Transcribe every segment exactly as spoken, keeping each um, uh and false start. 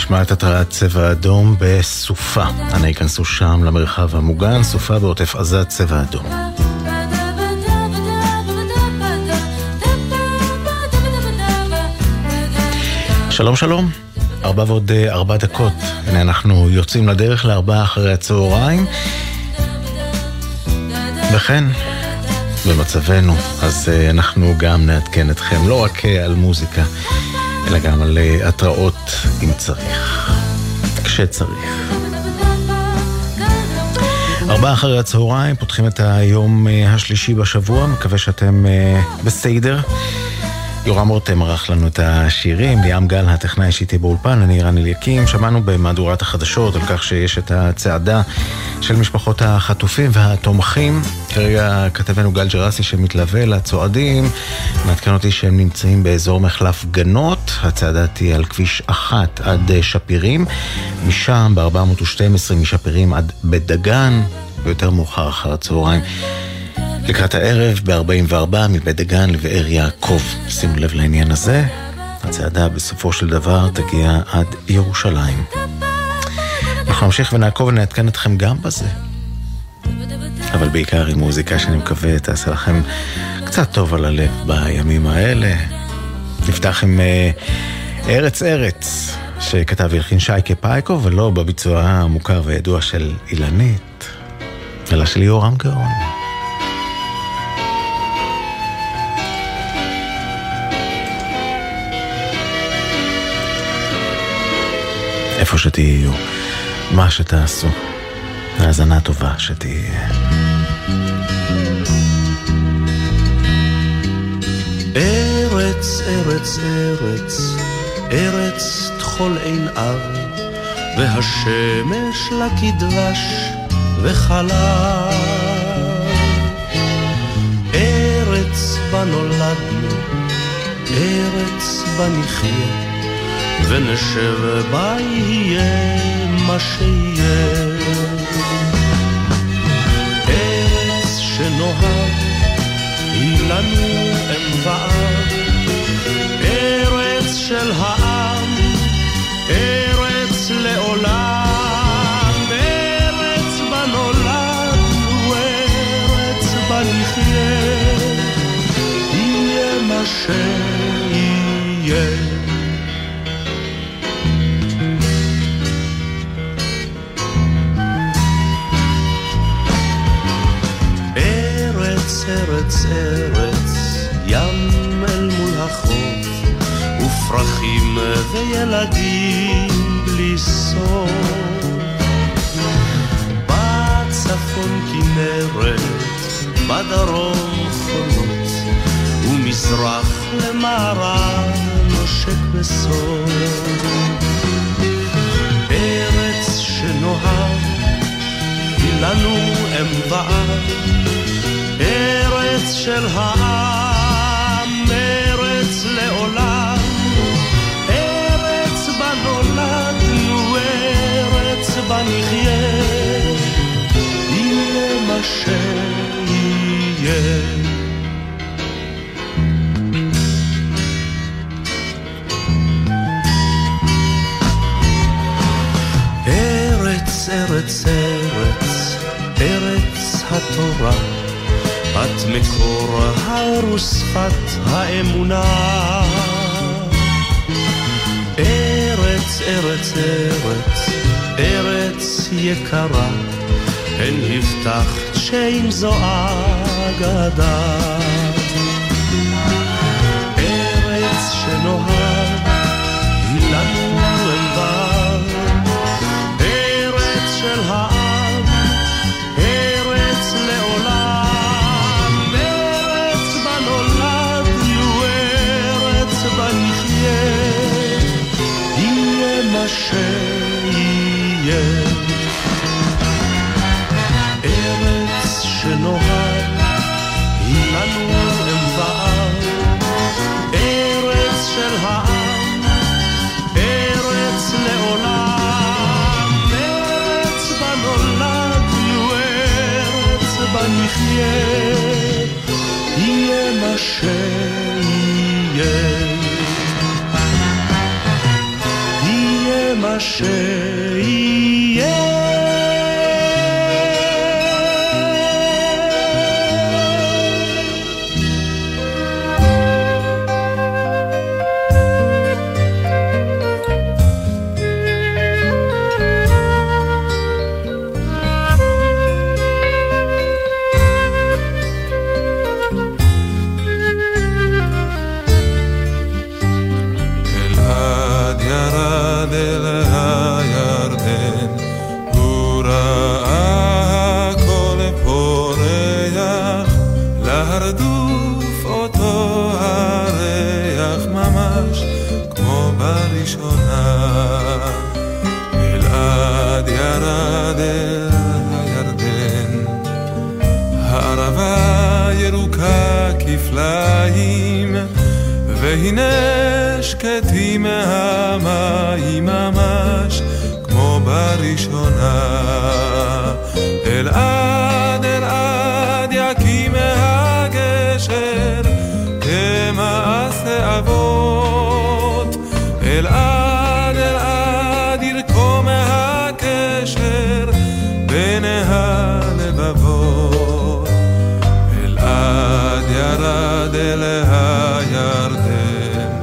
נשמע את התרעת צבע אדום בסופה. אנא ייכנסו שם למרחב המוגן, סופה בעוטף עזה, צבע אדום. שלום שלום, ארבע ועוד ארבע דקות. הנה אנחנו יוצאים לדרך לארבע אחרי הצהריים. וכן, במצבנו, אז אנחנו גם נעדכן אתכם, לא רק על מוזיקה, אלא גם על התראות אם צריך, כשצריך. ארבע אחרי הצהריים, פותחים את היום השלישי בשבוע, מקווה שאתם בסדר. יורם רותם ערך לנו את השירים, ליאם גל הטכנאי שאיתי באולפן, אני רן אליקים. שמענו במהדורת החדשות על כך שיש את הצעדה של משפחות החטופים והתומכים. כרגע כתבנו גל ג'רסי שמתלווה לצועדים, מעדכן אותי שהם נמצאים באזור מחלף גנות. הצעדה תהיה על כביש אחת עד שפירים, משם ב-ארבע מאות ושתים עשרה משפירים עד בדגן, ויותר מאוחר אחר הצהריים לקראת הערב ב-ארבעים וארבע מבית דגן לבאר יעקב. שימו לב לעניין הזה, הצעדה בסופו של דבר תגיע עד ירושלים. אנחנו נמשיך ונעקוב ונעדכן אתכם גם בזה, אבל בעיקר עם מוזיקה שאני מקווה תעשה לכם קצת טוב על הלב בימים האלה. נפתח עם uh, ארץ ארץ שכתב ילחין שייקה פייקו, ולא בביצוע המוכר וידוע של אילנית, אלא של יורם גאון. איפה שתהיו, מה שתעשו, האזנה טובה שתהיה. ארץ, ארץ, ארץ, ארץ תחול עין אב, והשמש לה כדבש וחלב. ארץ בה נולדנו, ארץ בה נחיה, ונשב בה יהיה מה שיהיה. ארץ שנוהג היא לנו אם ואב, ארץ של העם, ארץ לעולם. ארץ בה נולדנו, ארץ בה נחיה, יהיה מה שיהיה. ארץ ארץ ים אל מול החוף, ופרחים וילדים בלי סוף. בצפון כנרת, בדרום חולות, ומזרח למערב נושק בסוף. ארץ שנוהג היא לנו אם ואב, ארץ של העם, ארץ לעולם. ארץ בה נולדנו, ארץ בה נחיה, יהיה מה שיהיה. ארץ, ארץ, ארץ, ארץ התורה, את מקור האור ושפת האמונה. ארץ, ארץ, ארץ, ארץ יקרה, הן הבטחת שאם זו אגדה. ארץ שנוהג היא לנו אמבר, ארץ של העם, ארץ לעולם. שיהיה ארץ שנוהג היא לנו אמבר, ארץ של העם, ארץ לעולם. ארץ בה נולדנו, ארץ בה נחיה, יהיה מה שיהיה, יהיה מה שיהיה. והנה שקטים מהמים ממש כמו בראשונה. אלעד אלעד יקים מהגשר כמעשה אבות. אלעד אלעד ירקום מהקשר בין הלבבות. אלעד ירד אל הירדן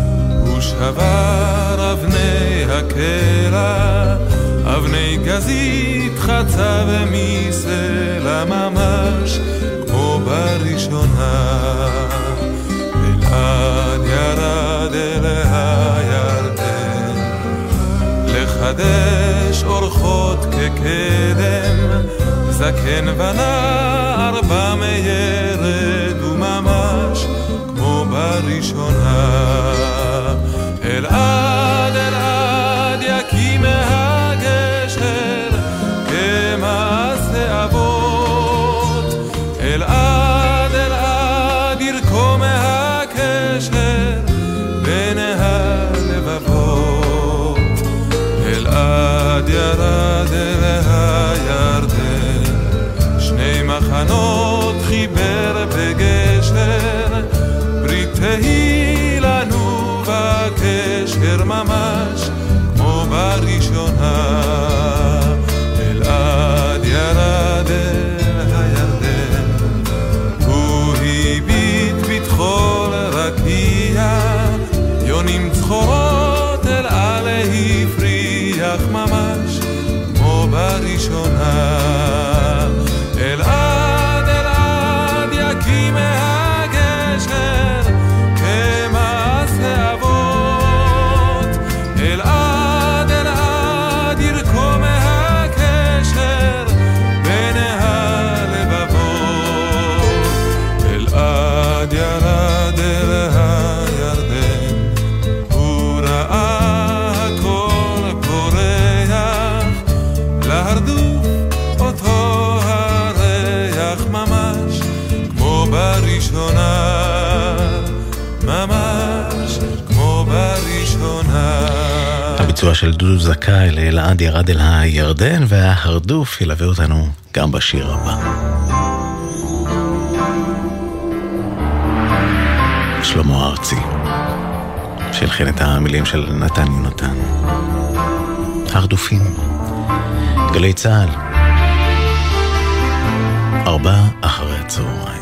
ושבר אבני הקלע, אבני גזית חצה ומסלע ממש כמו בראשונה. אלעד ירד אל הירדן לחדש אורחות כקדם, זקן ונער במיירד וממש כמו בראשונה. אלעד אלעד יקים מהגשר כמעשה אבות. אלעד אלעד ירקום מהקשר בין הלבבות. אלעד ירד אל הירדן שני מחנות חיבר בגשר, ברית תהי לנו בקשר ממש כמו בראשונה. אלעד ירד אל הירדן הוא הביט בתחול רקיע, יונים צחורות אל עלה הפריח ממש כמו בראשונה. אלעד אלעד יקים מהגשר כמעשה אבות. אלעד אלעד ירקום מהקשר בין הלבבות. אלעד ירד אל הירדן הוא ראה הכל פורח, להרדוף אותו הריח ממש כמו בראשונה. ממש כמו בראשונה. הביצוע של דודו זכאי לאלעד ירד אל הירדן, וההרדוף ילווה אותנו גם בשיר הבא. שלמה ארצי שהלחין את המילים של נתן יונתן. הרדופים, גלי צהל, ארבע אחרי הצהריים.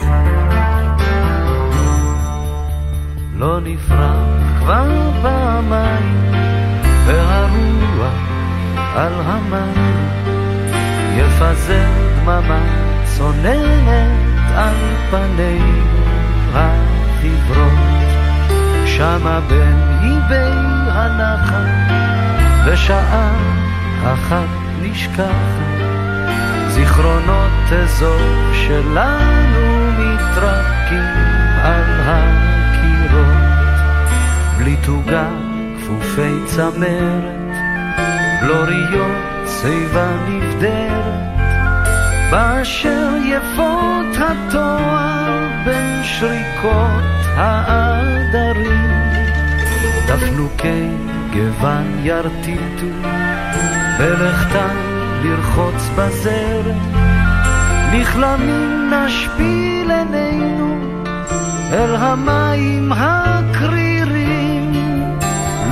לא נפרח כבר במים והרוח על המים יפזר דממה צוננת על פנינו החיוורות. שמה בין איבי הנחל בשעה אחת נשכחת, זיכרונות אזור שלנו מתרקים על הקירות. בלי תוגה כפופי צמרת, בלוריות צבע נבדרת, באשר יפות התואר בין שריקות העדרים. דפנוקי גוון ירטיטו בלכתן לרחוץ בזרם, נכלמים נשפיל עינינו אל המים הקרירים.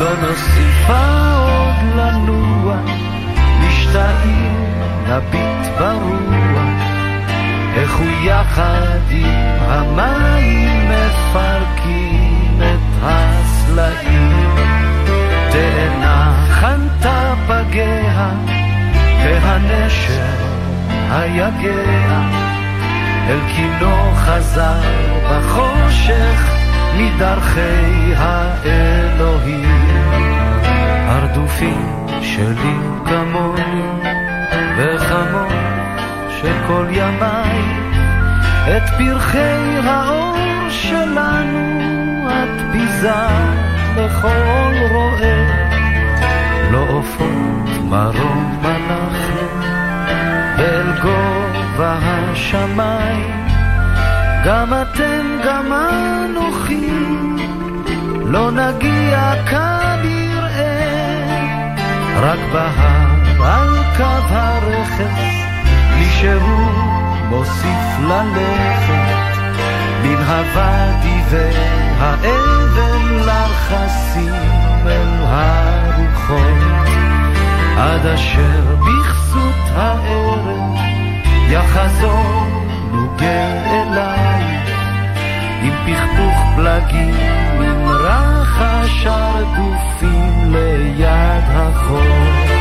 לא נוסיפה עוד לנוע, משתאים נביט ברוח, איך הוא יחד עם המים מפרקים את הסלעים. תאנה חנתה פגיה והנשר היגע, אל קינו חזר בחושך מדרכי האלוהים. הרדופים שלי כמוני וחמור שכל ימיי, את פרחי האור שלנו את ביזה לכל רואה. לא עופות מרום אנחנו אל גובה השמיים, גם אתם גם אנוכי לא נגיע כנראה, רק בהר על קו הרכס מישהו מוסיף ללכת, מן הוואדי והאבן לרחסים אל הרוחות, עד אשר בכסות הערב יחזור נוגע אליי, עם פכפוך פלגים עם רחש הרדופים ליד החור.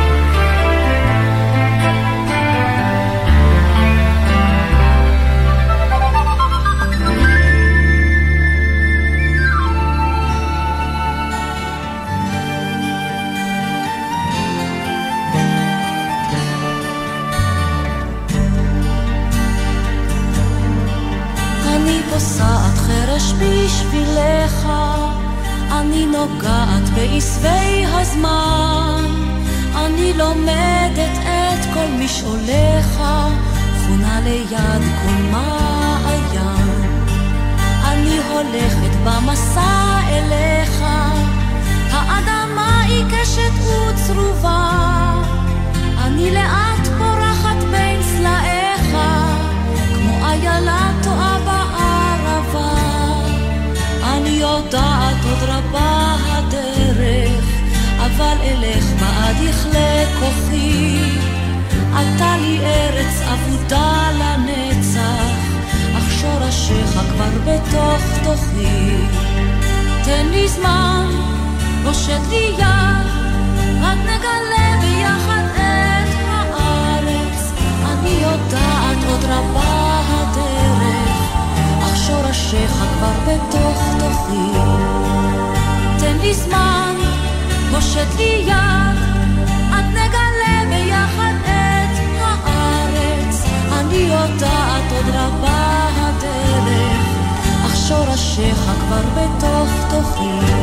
פוסעת חרש בשבילך, אני נוגעת בעשבי הזמן, אני לומדת את כל משעוליך, חונה ליד כל מעיין. אני הולכת במסע אליך, האדמה עיקשת וצרובה, אני לאט פורחת בין סלעיך, כמו איילה טועה בערבה. אני יודעת עוד רבה הדרך, אבל אלך בעד יכלה כוחי. אתה לי ארץ אבודה לנצח, אך שורשיך כבר בתוך תוכי. תן לי זמן, פושט לי יד, עד נגלה ביחד את הארץ. אני יודעת עוד רבה הדרך, אך שורשיך כבר בתוך תוכי. תן לי זמן, פושט לי יד, עד נגלה ביחד את הארץ. אני יודעת עוד רבה הדרך, אך שורשיך כבר בתוך תוכי.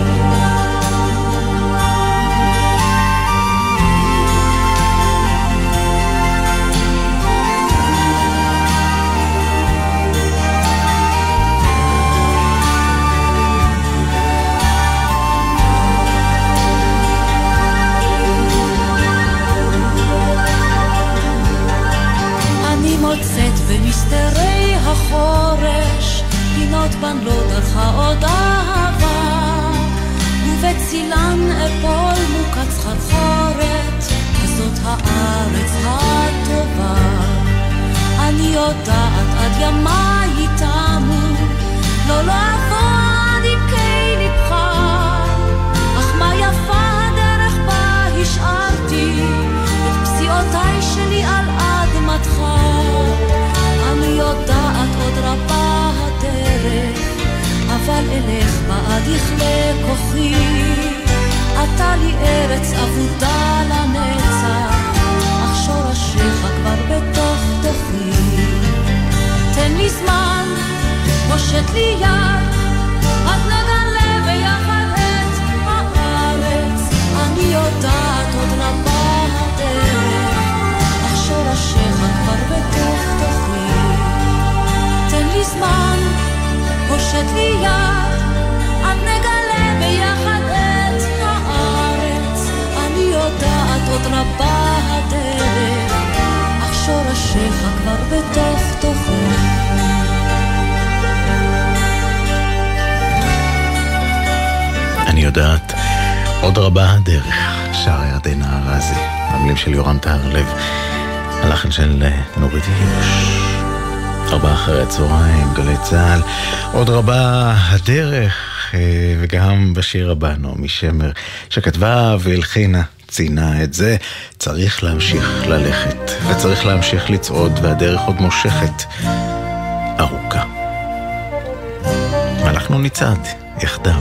מוצאת במסתרי החורש, פינות בנלות דרכה עוד אהבה, ובצילן אפול מוקץ חרחורת, וזאת הארץ הטובה. אני יודעת עד ימי תמו, לא לא אבוא עד עמקי לבך, אך מה יפה הדרך בה השארתי את פסיעותיי שלי על אדמתך. אני יודעת עוד רבה הדרך, אבל אלך בעד יכלה כוחי. אתה לי ארץ אבודה לנצח, אך שורשיך כבר בתוך תוכי. תן לי זמן, פושט לי יד, עד נגלה ביחד את הארץ. אני יודעת עוד רבה הדרך, אך שורשיך כבר בתוך תוכי. תן לי זמן, פושט לי יד, עד נגלה ביחד את הארץ. אני יודעת עוד רבה הדרך, אך שורשיך כבר בתוך תוכי. אני יודעת עוד רבה הדרך, שר ירדנה ארזי, המילים של יורם טהרלב, הלחן של נורית הירש. ארבעה אחרי הצהריים, גלי צהל, עוד רבה הדרך, וגם בשיר הבא נעמי שמר, שכתבה והלחינה, ציינה את זה, צריך להמשיך ללכת, וצריך להמשיך לצעוד, והדרך עוד מושכת, ארוכה. ואנחנו נצעד יחדיו.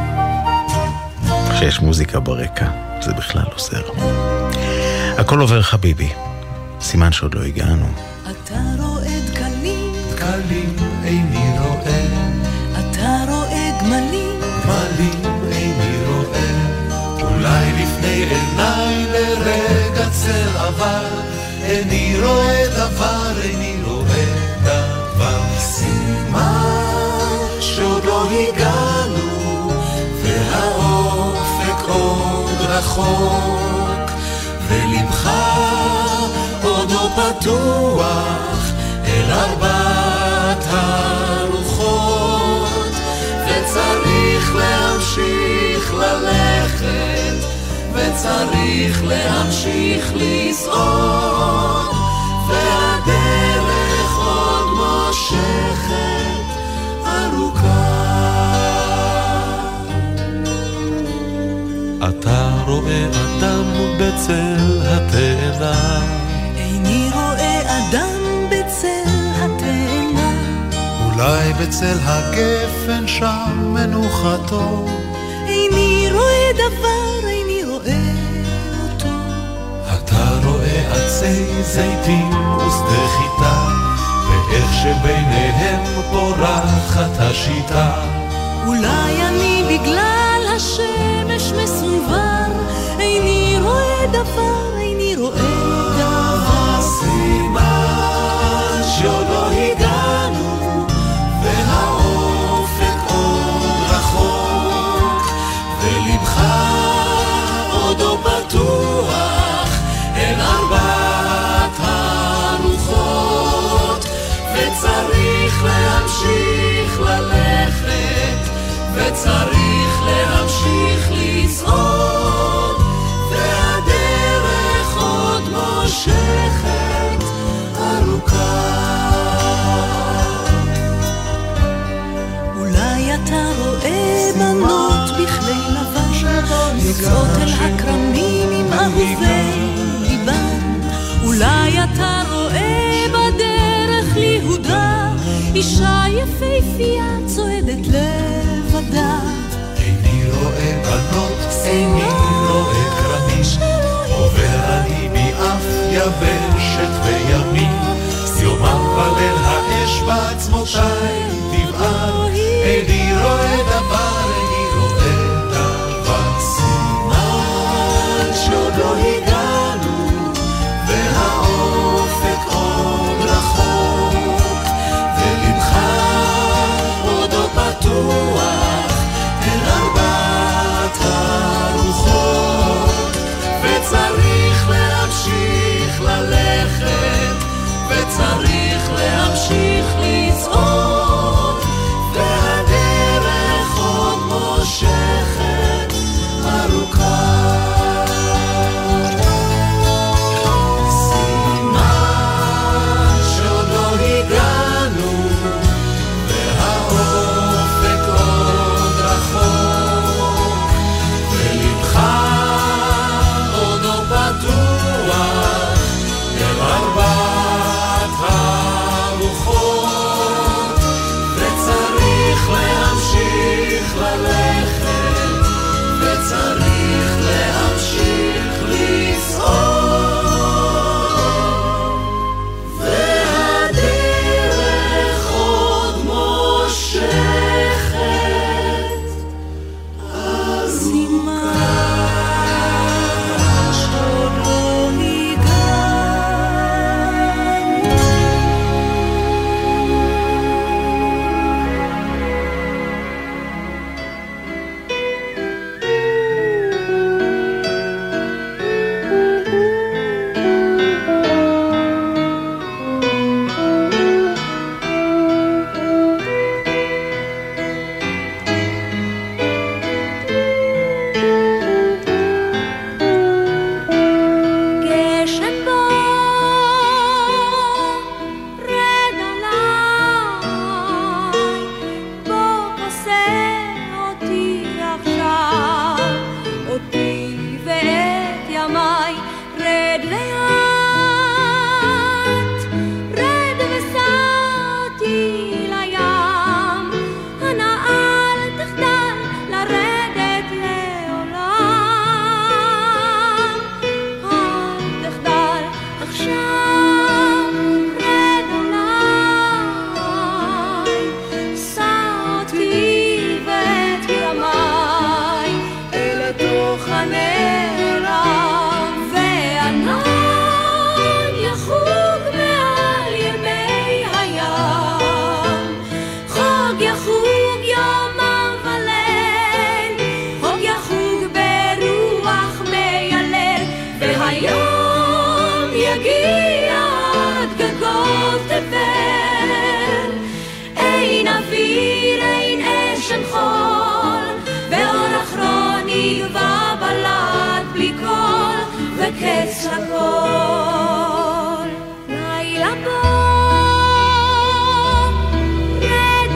כשיש מוזיקה ברקע, זה בכלל עוזר. הכל עובר חביבי, סימן שעוד לא הגענו. אתה רואה דקלים, דקלים איני רואה, אתה רואה גמלים, גמלים איני רואה, אולי לפני עיניי לרגע צל עבר, איני רואה דבר, איני רואה דבר. סימן שעוד לא הגענו, והאופק עוד רחוק, ולבך עוד לא פתוח אל ארבעת הרוחות, וצריך להמשיך ללכת, וצריך להמשיך לסעוד, והדרך עוד מושכת ארוכה. אתה רואה אדם בצל התאנה, איני רואה אדם בצל התאנה, אולי בצל הגפן שם מנוחתו, איני רואה דבר, איני רואה אותו. אתה רואה עצי זיתים ושדה חיטה, ואיך שביניהם פורחת השיטה, אולי אני בגלל השמש מסונבר, איני רואה דבר, איני רואה דבר. סימן שעוד לא הגענו, והאופק עוד רחוק, ולבך עוד לא פתוח אל ארבעת הרוחות, וצריך להמשיך ללכת, וצריך להמשיך לצעוד, והדרך עוד מושכת ארוכה. אולי אתה רואה בנות בכלי לבן, יוצאות אל הכרמים עם אהובי ליבן. אולי אתה רואה בדרך ליהודה, אישה יפהפייה צועדת לבדה. איני רואה בנות, איני רואה כרמים, עובר אני באף יבשת וימים, יומם וליל האש בעצמותיי תבער, איני רואה דבר, איני רואה דבר. סימן שעוד לא הגענו, והאופק עוד רחוק, ולבך עוד לא פתוח אל ארבעת הרוחות, וצריך להמשיך ללכת, וצריך להמשיך לצעוד, לכל לילה בו רד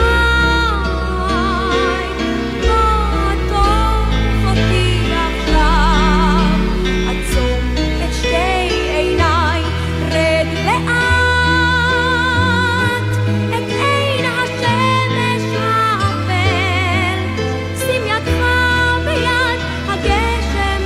עליי בוא עטוף אותי עכשיו עצום את שתי עיניי רד לאט את עין השמש האפל שים ידך ביד הגשם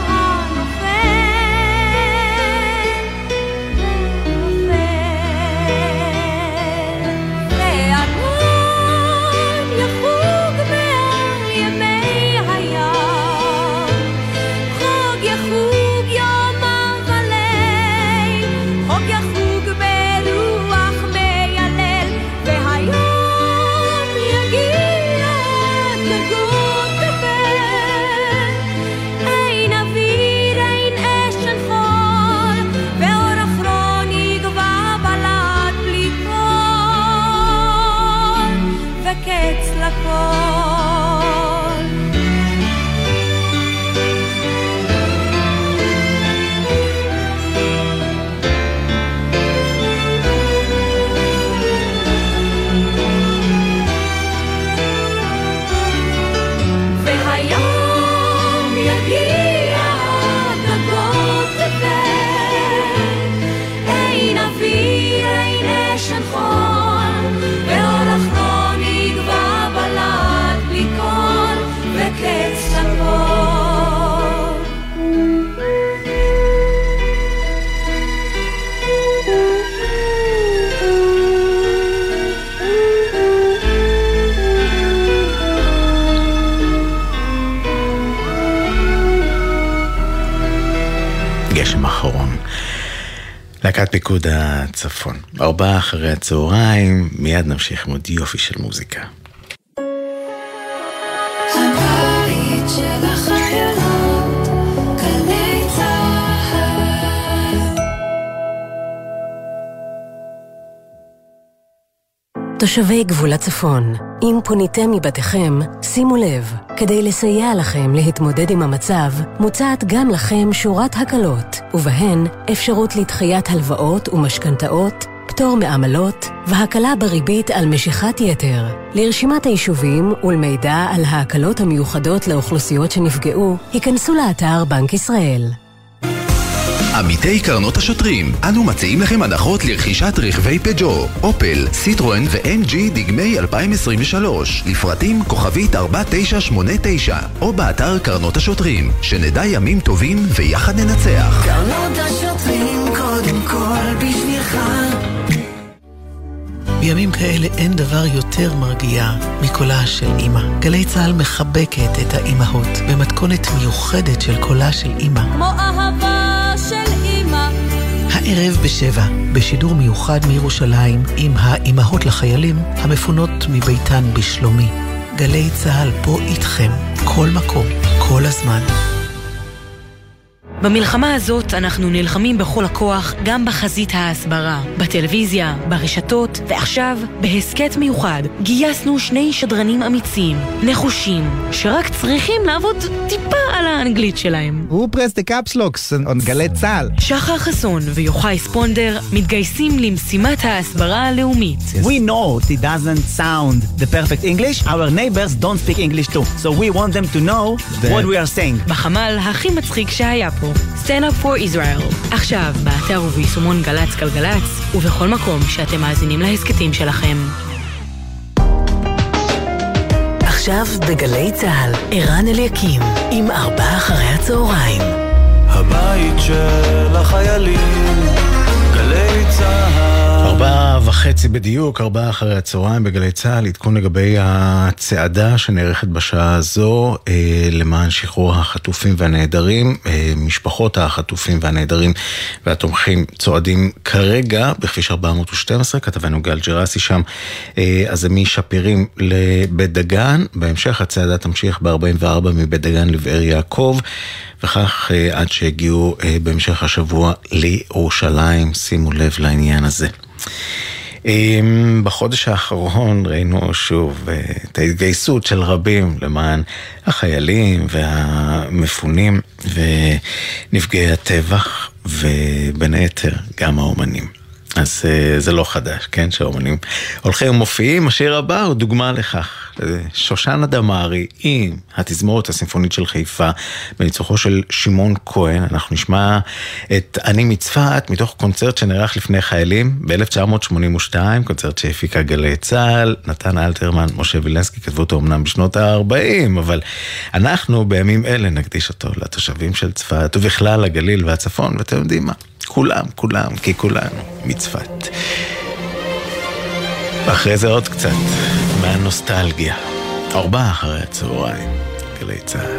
גשם אחרון. להקת פיקוד הצפון. ארבעה אחרי הצהריים, מיד נמשיך עם עוד יופי של מוזיקה. הבית של החיילות, גלי צהל. תושבי גבול הצפון, אם פוניתם מבתיכם, שימו לב, כדי לסייע לכם להתמודד עם המצב, מוצעת גם לכם שורת הקלות, ובהן אפשרות לדחיית הלוואות ומשכנתאות, פטור מעמלות והקלה בריבית על משיכת יתר. לרשימת היישובים ולמידע על ההקלות המיוחדות לאוכלוסיות שנפגעו, היכנסו לאתר בנק ישראל. עמיתי קרנות השוטרים, אנו מציעים לכם הנחות לרכישת רכבי פג'ו, אופל, סיטרואן ו-אם ג'י דגמי אלפיים עשרים ושלוש, לפרטים כוכבית ארבע תשע שמונה תשע, או באתר קרנות השוטרים, שנדע ימים טובים ויחד ננצח. קרנות השוטרים קודם כל בשבילך. בימים כאלה אין דבר יותר מרגיע מקולה של אמא. גלי צהל מחבקת את האימהות במתכונת מיוחדת של קולה של אמא. כמו אהבה של אמא. הערב בשבע, בשידור מיוחד מירושלים עם האימהות לחיילים המפונות מביתן בשלומי. גלי צהל פה איתכם, כל מקום, כל הזמן. במלחמה הזאת אנחנו נלחמים בכל הכוח, גם בחזית ההסברה, בטלוויזיה, ברשתות, ועכשיו, בהסקט מיוחד, גייסנו שני שדרנים אמיצים, נחושים, שרק צריכים לעבוד טיפה על האנגלית שלהם. הוא press the caps locks on גלי צהל. שחר חסון ויוחאי ספונדר מתגייסים למשימת ההסברה הלאומית. We know it doesn't sound the perfect English. Our neighbors don't speak English too. So we want them to know what we are saying. בחמ"ל הכי מצחיק שהיה פה. Stand up for Israel. עכשיו, באתר וביישומון גלץ גלגלץ, ובכל מקום שאתם מאזינים להסקטים שלכם. עכשיו בגלי צהל, ערן אליקים, עם ארבעה אחרי הצהריים. הבית של החיילים, גלי צהל. ארבעה וחצי בדיוק, ארבעה אחרי הצהריים בגלי צהל, עדכון לגבי הצעדה שנערכת בשעה הזו אה, למען שחרור החטופים והנעדרים. אה, משפחות החטופים והנעדרים והתומכים צועדים כרגע בכביש ארבע מאות ושתים עשרה, כתבנו גל ג'רסי שם. אה, אז זה משפירים לבית דגן, בהמשך הצעדה תמשיך ב-ארבעים וארבע מבית דגן לבאר יעקב, וכך אה, עד שהגיעו אה, בהמשך השבוע לירושלים. שימו לב לעניין הזה. בחודש האחרון ראינו שוב את ההתגייסות של רבים למען החיילים והמפונים ונפגעי הטבח, ובין היתר גם האומנים. אז זה לא חדש, כן, שהאומנים הולכים ומופיעים. השיר הבא הוא דוגמה לכך. שושנה דמארי עם התזמורת הסימפונית של חיפה בניצוחו של שמעון כהן. אנחנו נשמע את אני מצפת מתוך קונצרט שנערך לפני חיילים ב-אלף תשע מאות שמונים ושתיים, קונצרט שהפיקה גלי צה"ל. נתן אלתרמן, משה וילנסקי כתבו אותו אמנם בשנות ה-ארבעים, אבל אנחנו בימים אלה נקדיש אותו לתושבים של צפת ובכלל לגליל והצפון, ואתם יודעים מה? כולם, כולם, כי כולנו מצפת. ואחרי זה עוד קצת מהנוסטלגיה. ארבעה אחרי הצהריים, גלי צהל.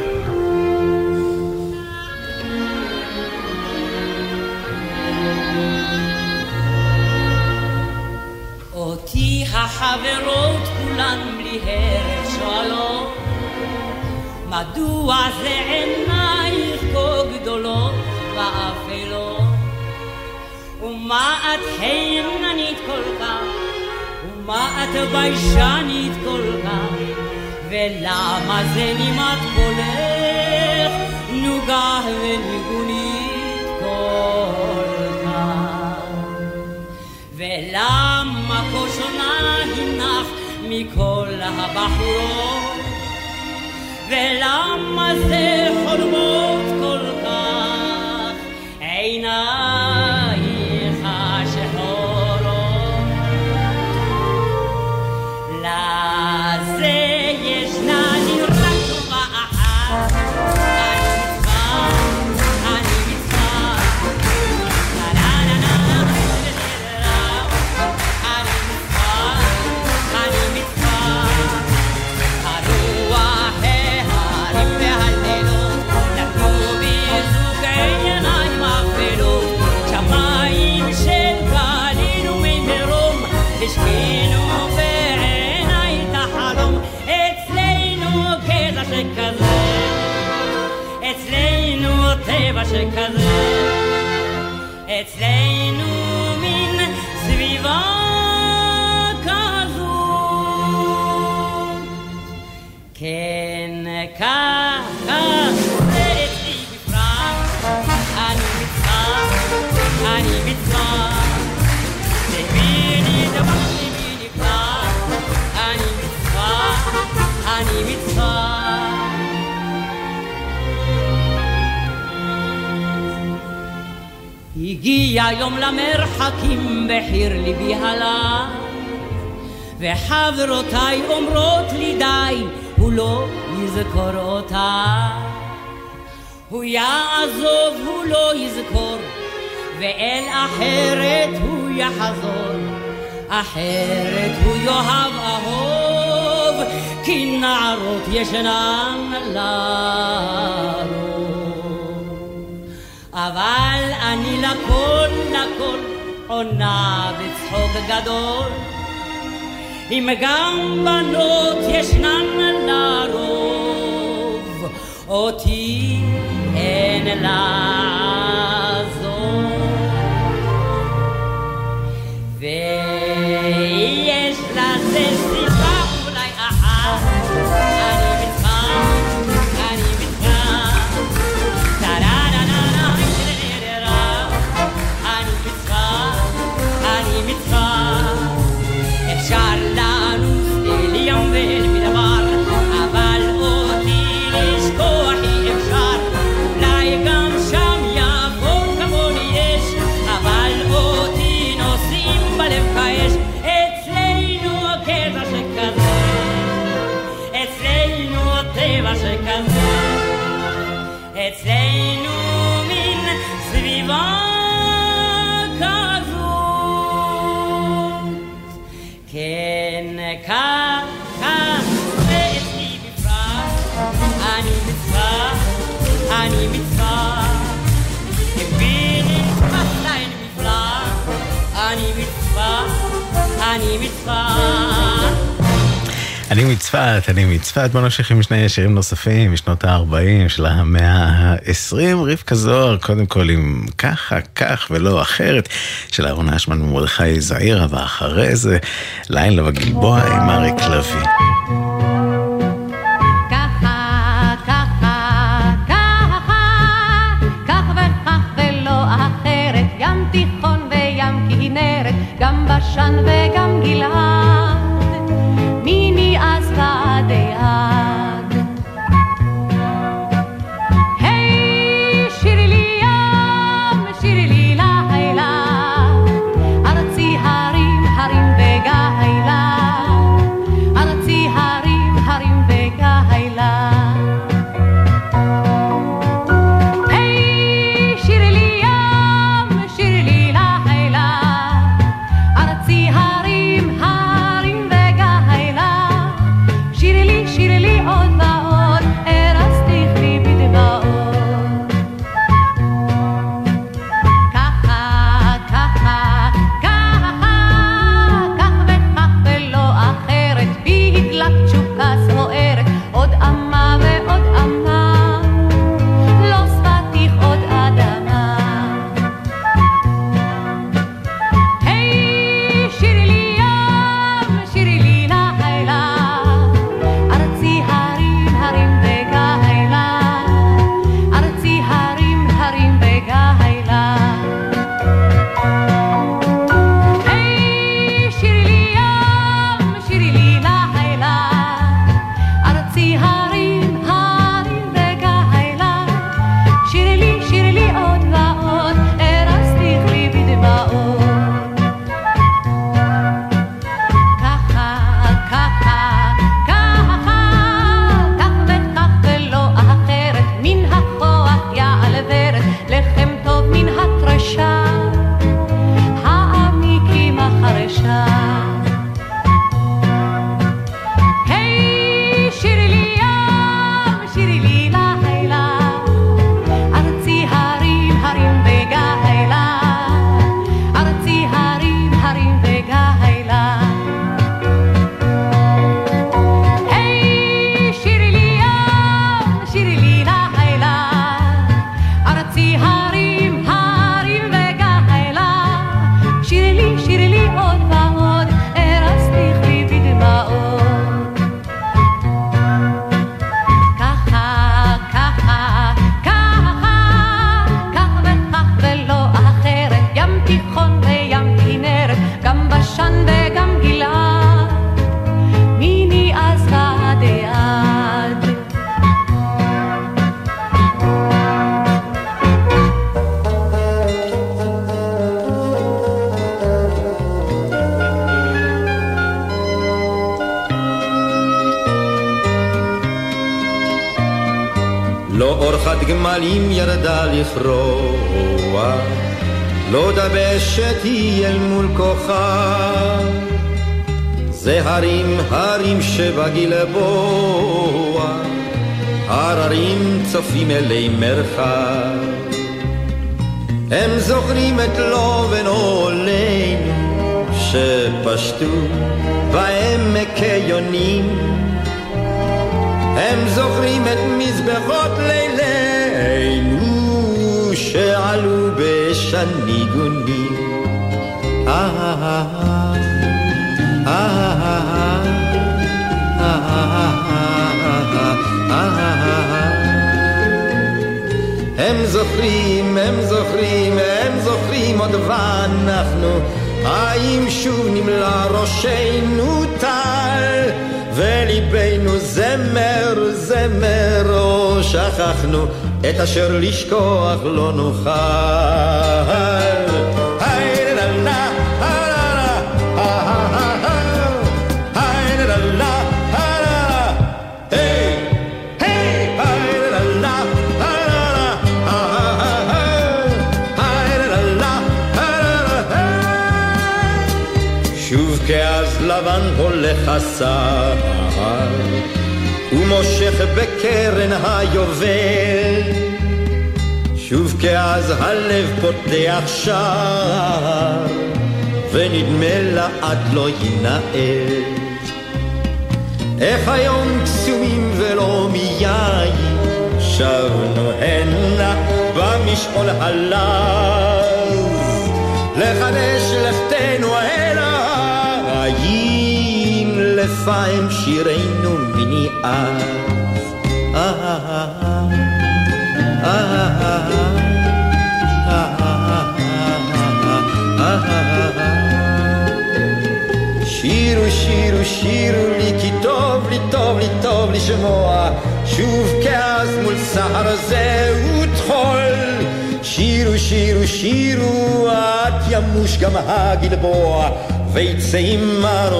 אותי החברות כולן בלי הרף שואלות, מדוע זה עינייך כה גדולות ואפלות? ומה את חיננית כל כך, ומה את ביישנית כל כך, ולמה זה נימת קולך נוגה וניגונית כל כך, ולמה כה שונה הינך מכל הבחורות, ולמה זה חולמות כל כך עיניי לזה ישנה לי רק תשובה אחת, אני מצפת, אני מצפת, אני מצפת, אני מצפת, הרוח ההרים והלילות נתנו בי זוג עיניים אפלות, שמיים של גליל וממרום השכינו שכזה, אצלנו טבע שכזה, אצלנו מין סביבה כזו, כן ככה זה אצלי בפרט, אני מצפת, אני מצפת, תביני דבר ליבי נקרא, אני מצפת, אני מצפת. הגיע יום למרחקים בחיר ליבי הלך, וחברותיי אומרות לי די, הוא לא יזכור אותה, הוא יעזוב, הוא לא יזכור, ואל אחרת הוא יחזור, אחרת הוא יאהב אהוב, כי נערות ישנן לרוב. אבל אני לכל לכל עונה בצחוק גדול, אם גם בנות ישנן לרוב, אותי אין לעזור. ויש לזה סיבה אולי אחת, אני מצפת, אני מצפת, טה-דה-דה-דה-דה, אני מצפת, אני מצפת. אפשר לנוס אל ים ואל מדבר, אבל אותי לשכוח אי אפשר, אולי גם שם יעבור כמוני יש, אבל אותי נוסעים בלב כאש. אצלנו קטע שכזה, אצלנו טבע שכזה, אצלנו מין סביבה כזאת, כן ככה זה אצלי בפרט, אני מצפת, אני מצפת, הביני מצפתיים מפלט, אני מצפת, אני מצפת. אני מצפת, אני מצפת. בוא נמשיך עם שני שירים נוספים משנות ה-ארבעים של המאה ה-עשרים. רבקה זוהר, קודם כל עם ככה, כך ולא אחרת, של אהרון אשמן ומרדכי זעירא, ואחרי זה לילה בגלבוע עם אריק לביא. ככה, ככה, ככה, כך וכך ולא אחרת. דן וגם גלעד, מיני אז ועד עד. היי שירי לי ים, שירי לי לילה, ארצי הרים, הרים וגאילה, ארצי הרים, הרים וגאילה. גמלים ירדה לכרוע, לא דבשת היא אל מול כוחה, זה הרים הרים שבגלבוע, הררים צופים אלי מרחב, הם זוכרים את לובן עולנו שפשטו בעמק יונים, הם זוכרים את מזבחות לילינו שעלו בשן ניגונים. הם זוכרים, הם זוכרים, הם זוכרים עוד ואנחנו, האם שוב נמלא ראשנו טל וליבנו זמר, זמר, או שכחנו את אשר לשכוח לא נוכל. היי לה לה, היי לה לה, היי, היי, היי לה לה, היי לה לה, שוב כאז לבן הולך הסל ומושך בקרן היובל, שוב כאז הלב פותח שער ונדמה לעד לא ינעל. איך היום קסומים ולא מיין שבנו הנה במשעול הלז לחדש לכתנו אל העין לפעם שירנו מני אז. אה אה אה אה אה אה שירו שירו שירו לי כי טוב לי טוב לי טוב לשמוע שוב כעס מול סחר זהו תחול שירו שירו שירו את ימוש גם הגלבוע ויצא עמנו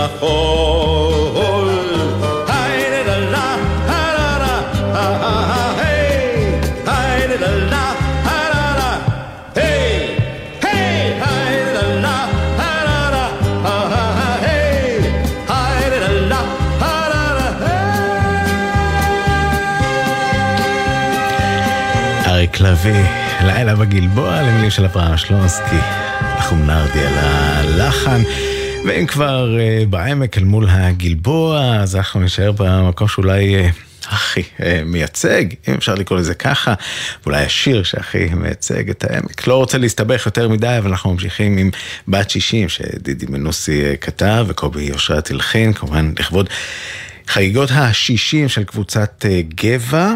במחול היי ללה הללה היי היי ללה הללה היי היי היי ללה הללה היי היי ללה הללה אריק לביא, לילה בגלבוע, למילים של אברהם שלונסקי, נחום נרדי על הלחן. ואם כבר uh, בעמק אל מול הגלבוע, אז אנחנו נשאר במקום שאולי uh, הכי uh, מייצג, אם אפשר לקרוא לזה ככה, ואולי השיר שהכי מייצג את העמק. לא רוצה להסתבך יותר מדי, אבל אנחנו ממשיכים עם בת שישים, שדידי מנוסי uh, כתב, וקובי יושרת הלחין, כמובן לכבוד חגיגות ה-שישים של קבוצת גבע,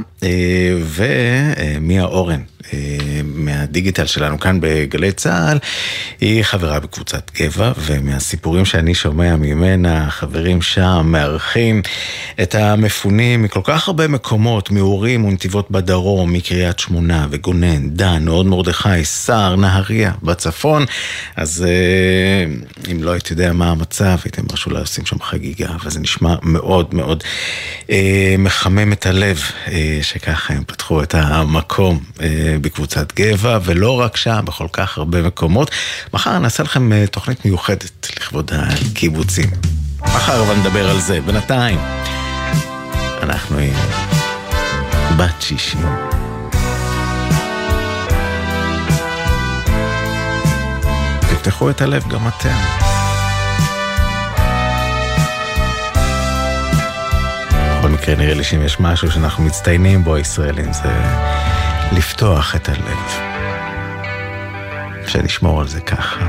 ומיה אורן מהדיגיטל שלנו כאן בגלי צהל, היא חברה בקבוצת גבע, ומהסיפורים שאני שומע ממנה, חברים שם מארחים את המפונים מכל כך הרבה מקומות, מאורים ונתיבות בדרום, מקריית שמונה וגונן, דן, נאות מרדכי, סער, נהריה בצפון. אז אם לא הייתי יודע מה המצב, הייתם משהו לעושים שם חגיגה, וזה נשמע מאוד מאוד מחמם את הלב, שככה הם פתחו את המקום בקבוצת גבע, ולא רק שם, בכל כך הרבה מקומות. מחר נעשה לכם תוכנית מיוחדת לכבוד הקיבוצים. מחר אבל נדבר על זה. בינתיים, אנחנו עם בת שישים. תפתחו את הלב גם אתם. בכל מקרה נראה לי שאם יש משהו שאנחנו מצטיינים בו ישראלים, זה לפתוח את הלב. שנשמור על זה ככה.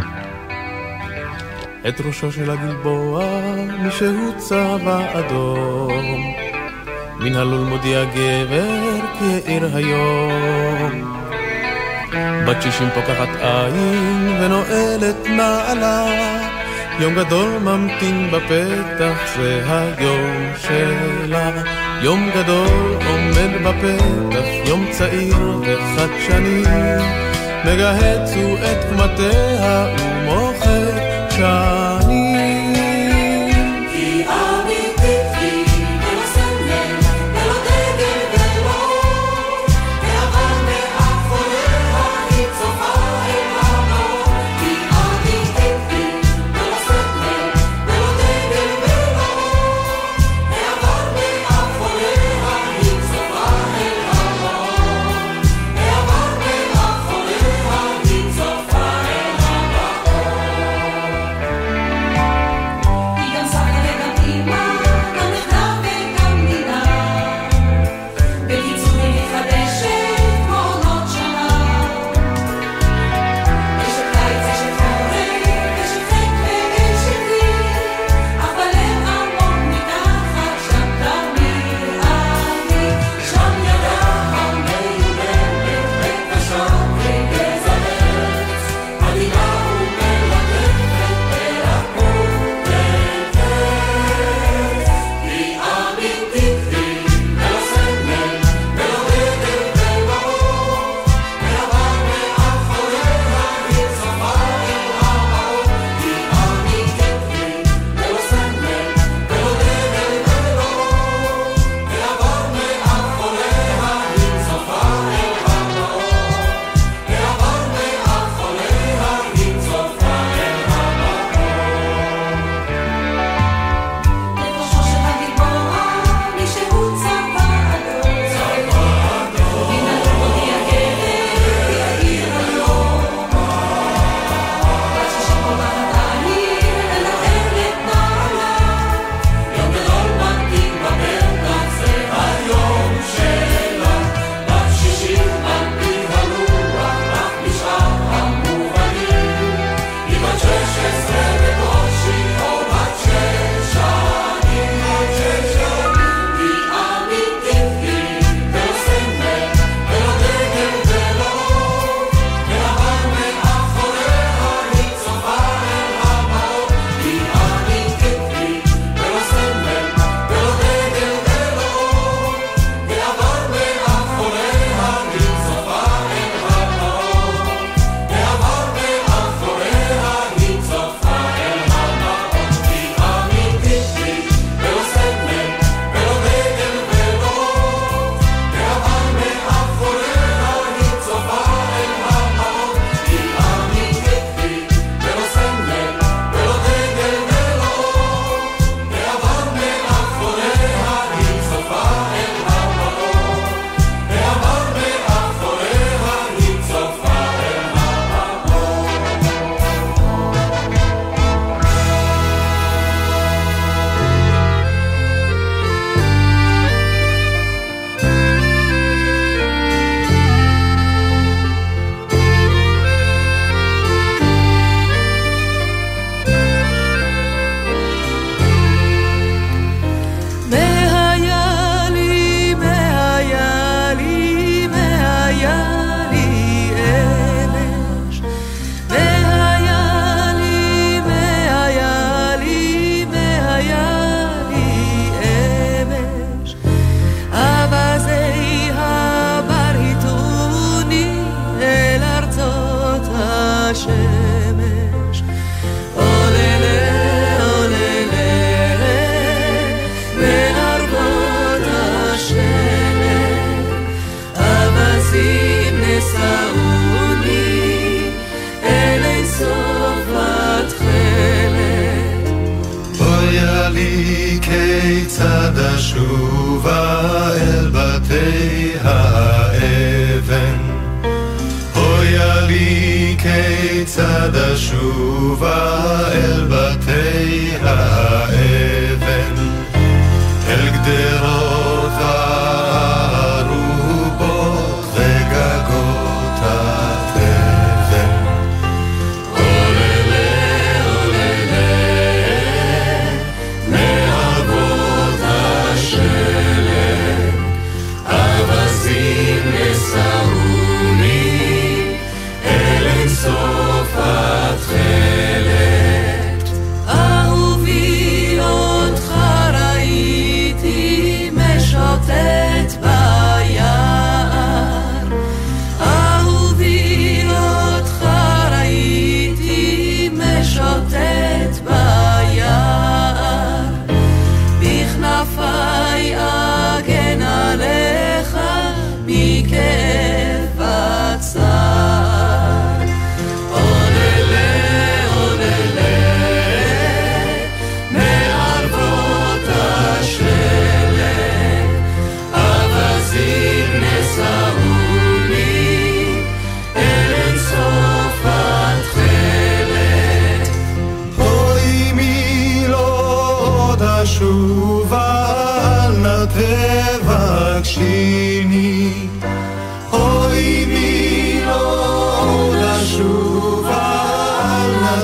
את ראשו של הגלבוע מישהו צבע אדום, מן הלול מודיע גבר כעיר היום. בת שישים פוקחת עין ונועלת נעלה, יום גדול ממתין בפתח, זה היום שלה. יום גדול עומד בפתח, יום צעיר וחדשני, מגהצו את קמתיה ומוחק שנים. כי אמיתית היא ולא סמל ולא דגל ולא העבר מאחוריה היא צופה אל המאור. כי אמיתית היא ולא סמל ולא דגל ולא העבר מאחוריה היא צופה אל המאור. העבר מאחוריה היא צופה אל המאור. לי כיצד אשובה אל בתי האבן, הויה לי כיצד אשובה אל בתי האבן, אל גדרות הארובות וגגות התבן. עוללה עוללה מערבות השלג, אבזים נסעוני אל אינסוף התכלת. אהובי אותך ראיתי משוטט ביער, אהובי אותך ראיתי משוטט ביער, בכנפיי אגן עליך מכאב בצער. עוללה עוללה מערבות השלג, אבזים נסעוני אל אינסוף התכלת. אוי מי לא עוד אשובה אל נא תבקשיני, אוי מי לא עוד אשובה אל נא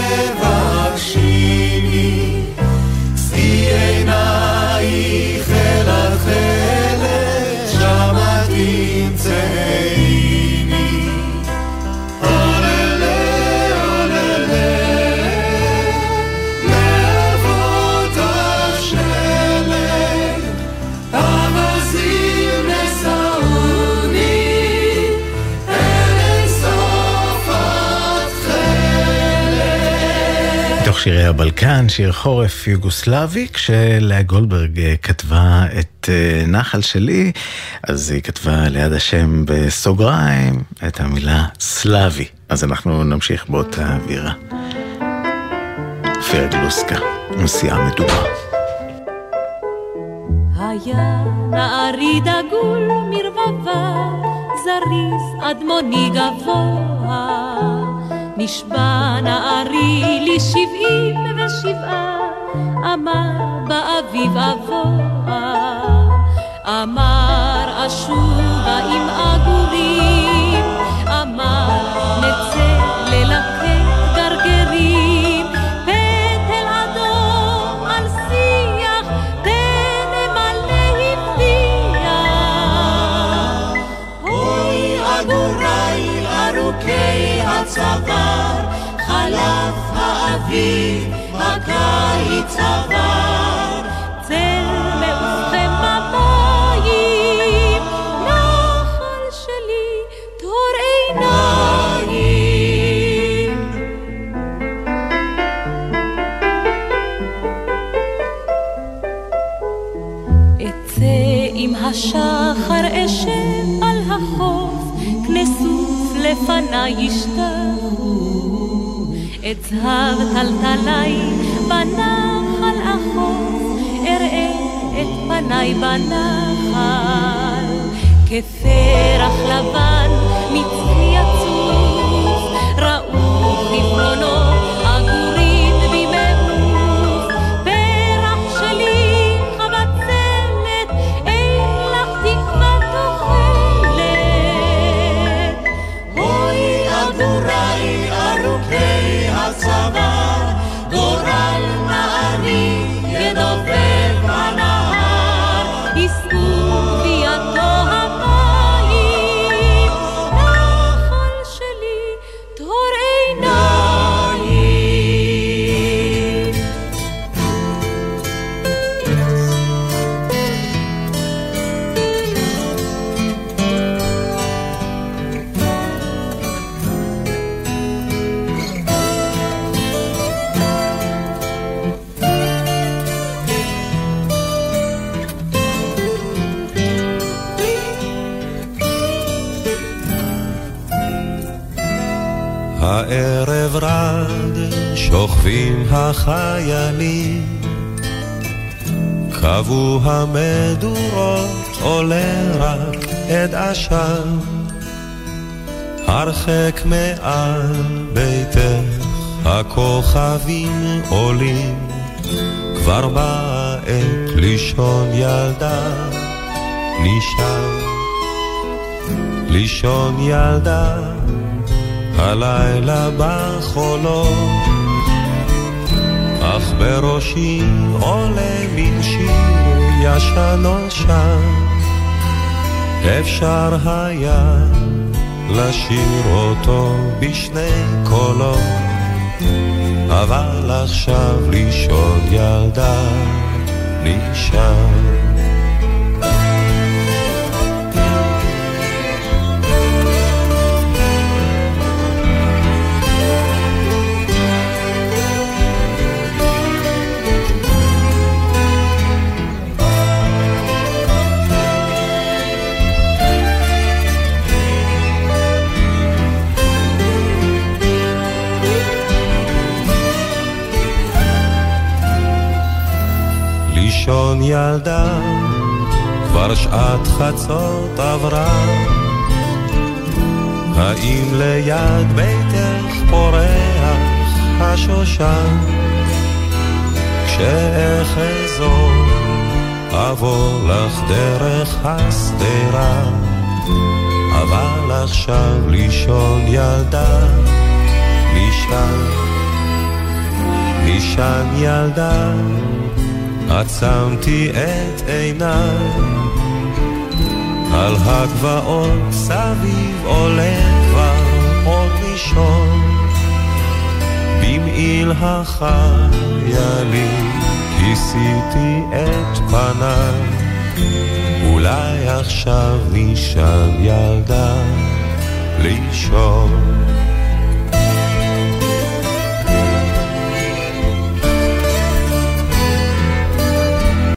תבקשיני, שאי עינייך אל התכלת שמה תמצאיני. עוללה עוללה מערבות השלג, אבזים נסעוני אל אינסוף התכלת. מתוך שירי הבלקן, שיר חורף יוגוסלבי, כשלאה גולדברג אה, כתבה את אה, נחל שלי, אז היא כתבה ליד השם בסוגריים את המילה סלאבי. אז אנחנו נמשיך באותה אווירה. פרגלוסקה, נסיעה מדומה. היה נערי דגול מרבבה, זריז אדמוני גבוה, נשבע נערי לי שבעים ושבעה, אמר באביב אבוה, אמר אשובה עם עגורים, אמר נצא ללקט גרגרים, פטל אדום על שיח תנמלא הבטיח. אוי עגורי ארוכי הצוואר, חלף האביב הקיץ עבר, צל מעופכם במים, נחל שלי תור עיניים. אצא עם השחר אשב על החוף, כנסוף לפני ישתחו, את זהב טלטלי בנחל החוף, אראה את פניי בנחל, כפרח לבן מצחי עצוב, ראו חפרונו עגורים במעוף, פרח שלי חבצלת, אין לך תקווה תוחלת. אוי עגורי ארוכי הצוואר, גורל נערי ידובב הנהר, יסעו בידו המים, נחל שלי תור עיניים. הערב רד, שוכבים החיילים, קבו המדורות עולה רק עד עשן, הרחק מעל ביתך הכוכבים עולים, כבר באה עת לישון ילדה, נשאר לישון ילדה, הלילה בחולות, אך בראשי עולה מן שיר ישן נושן, אפשר היה לשיר אותו בשני קולות, אבל עכשיו לישון ילדה נשאר. לישון ילדה, כבר שעת חצות עברה, האם ליד ביתך פורח השושן, כשאחזור אבוא לך דרך הסתרה, אבל עכשיו לישון ילדה, נשן, נשן ילדה, עצמתי את עיניי, על הגבעות סביב עולה כבר עוד ראשון, במעיל החיילים כיסיתי את פניי, אולי עכשיו נשאל ילדה לישון.